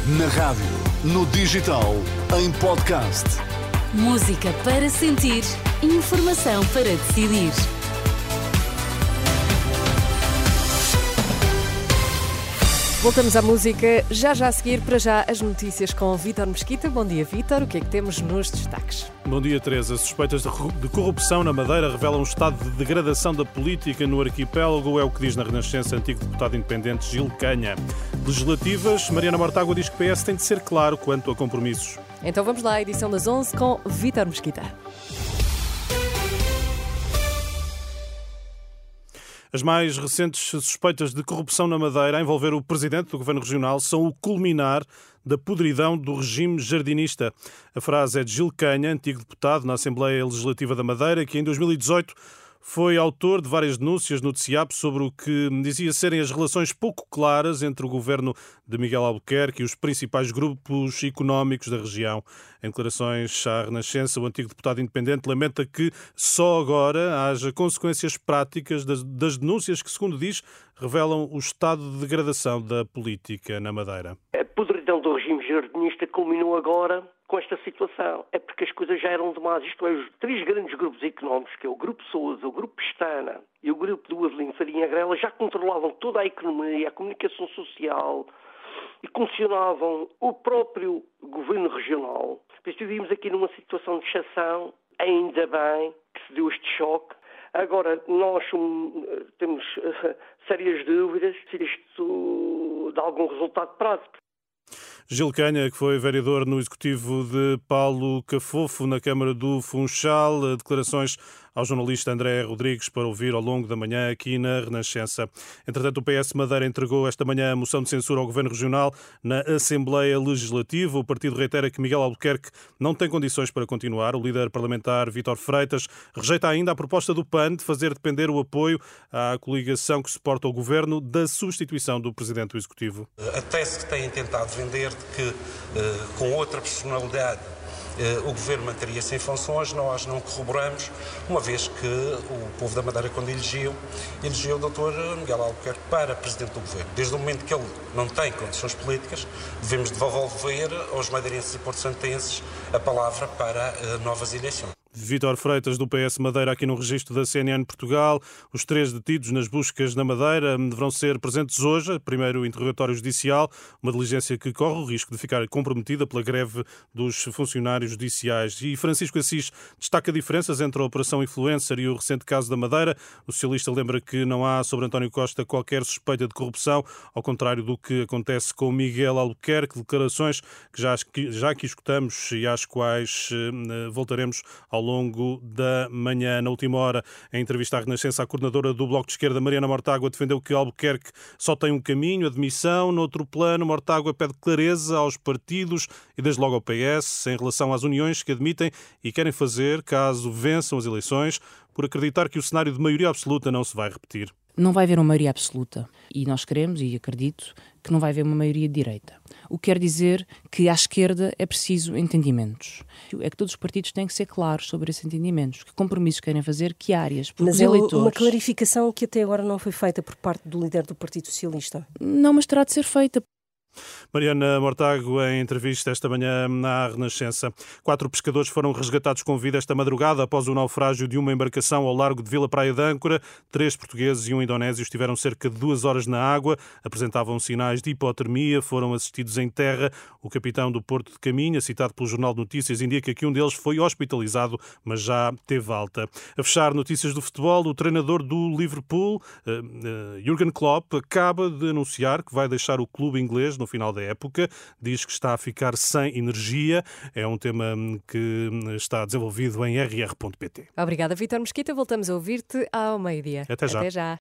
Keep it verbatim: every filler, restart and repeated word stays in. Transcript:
Na rádio, no digital, em podcast. Música para sentir, informação para decidir. Voltamos à música, já já a seguir, para já as notícias com Vítor Mesquita. Bom dia, Vítor. O que é que temos nos destaques? Bom dia, Teresa. Suspeitas de corrupção na Madeira revelam um estado de degradação da política no arquipélago, é o que diz na Renascença antigo deputado independente Gil Canha. Legislativas, Mariana Mortágua diz que o P S tem de ser claro quanto a compromissos. Então vamos lá, à edição das onze com Vítor Mesquita. As mais recentes suspeitas de corrupção na Madeira a envolver o presidente do Governo Regional são o culminar da podridão do regime jardinista. A frase é de Gil Canha, antigo deputado na Assembleia Legislativa da Madeira, que em dois mil e dezoito foi autor de várias denúncias no T C I A P sobre o que dizia serem as relações pouco claras entre o governo de Miguel Albuquerque e os principais grupos económicos da região. Em declarações à Renascença, o antigo deputado independente lamenta que só agora haja consequências práticas das, das denúncias que, segundo diz, revelam o estado de degradação da política na Madeira. A podridão do regime jardinista culminou agora com esta situação. É porque as coisas já eram demais. Isto é, os três grandes grupos económicos, que é o Grupo Sousa, o Grupo Pestana e o Grupo do Avelino Farinha Grela, já controlavam toda a economia, a comunicação social e condicionavam o próprio governo regional. Por isso vivemos aqui numa situação de exceção. Ainda bem que se deu este choque. Agora, nós um, temos uh, sérias dúvidas se isto dá algum resultado prático. Gil Canha, que foi vereador no executivo de Paulo Cafofo, na Câmara do Funchal, declarações ao jornalista André Rodrigues para ouvir ao longo da manhã aqui na Renascença. Entretanto, o P S Madeira entregou esta manhã a moção de censura ao Governo Regional na Assembleia Legislativa. O partido reitera que Miguel Albuquerque não tem condições para continuar. O líder parlamentar Vítor Freitas rejeita ainda a proposta do P A N de fazer depender o apoio à coligação que suporta o Governo da substituição do Presidente do Executivo. A tese que têm tentado vender de que com outra personalidade o Governo manteria-se em funções, nós não corroboramos, uma vez que o povo da Madeira, quando elegeu, elegeu o doutor Miguel Albuquerque para Presidente do Governo. Desde o momento que ele não tem condições políticas, devemos devolver aos madeirenses e porto-santenses a palavra para novas eleições. Vítor Freitas, do P S Madeira, aqui no registro da C N N Portugal. Os três detidos nas buscas na Madeira deverão ser presentes hoje. Primeiro interrogatório judicial, uma diligência que corre o risco de ficar comprometida pela greve dos funcionários judiciais. E Francisco Assis destaca diferenças entre a Operação Influencer e o recente caso da Madeira. O socialista lembra que não há sobre António Costa qualquer suspeita de corrupção, ao contrário do que acontece com Miguel Albuquerque. Declarações que já, já aqui escutamos e às quais eh, voltaremos ao Ao longo da manhã. Na última hora, em entrevista à Renascença, a coordenadora do Bloco de Esquerda, Mariana Mortágua, defendeu que Albuquerque só tem um caminho, admissão. No outro plano, Mortágua pede clareza aos partidos e desde logo ao P S em relação às uniões que admitem e querem fazer caso vençam as eleições, por acreditar que o cenário de maioria absoluta não se vai repetir. Não vai haver uma maioria absoluta e nós queremos, e acredito, que não vai haver uma maioria de direita. O que quer dizer que à esquerda é preciso entendimentos. É que todos os partidos têm que ser claros sobre esses entendimentos, que compromissos querem fazer, que áreas, porque mas os é eleitores... uma clarificação que até agora não foi feita por parte do líder do Partido Socialista. Não, mas terá de ser feita. Mariana Mortágua, em entrevista esta manhã na Renascença. Quatro pescadores foram resgatados com vida esta madrugada após o naufrágio de uma embarcação ao largo de Vila Praia de Âncora. Três portugueses e um indonésio estiveram cerca de duas horas na água, apresentavam sinais de hipotermia, foram assistidos em terra. O capitão do Porto de Caminha, citado pelo Jornal de Notícias, indica que um deles foi hospitalizado, mas já teve alta. A fechar notícias do futebol, o treinador do Liverpool, uh, uh, Jürgen Klopp, acaba de anunciar que vai deixar o clube inglês no final da época. Diz que está a ficar sem energia. É um tema que está desenvolvido em r r ponto p t. Obrigada, Vítor Mesquita. Voltamos a ouvir-te ao meio-dia. Até já. Até já.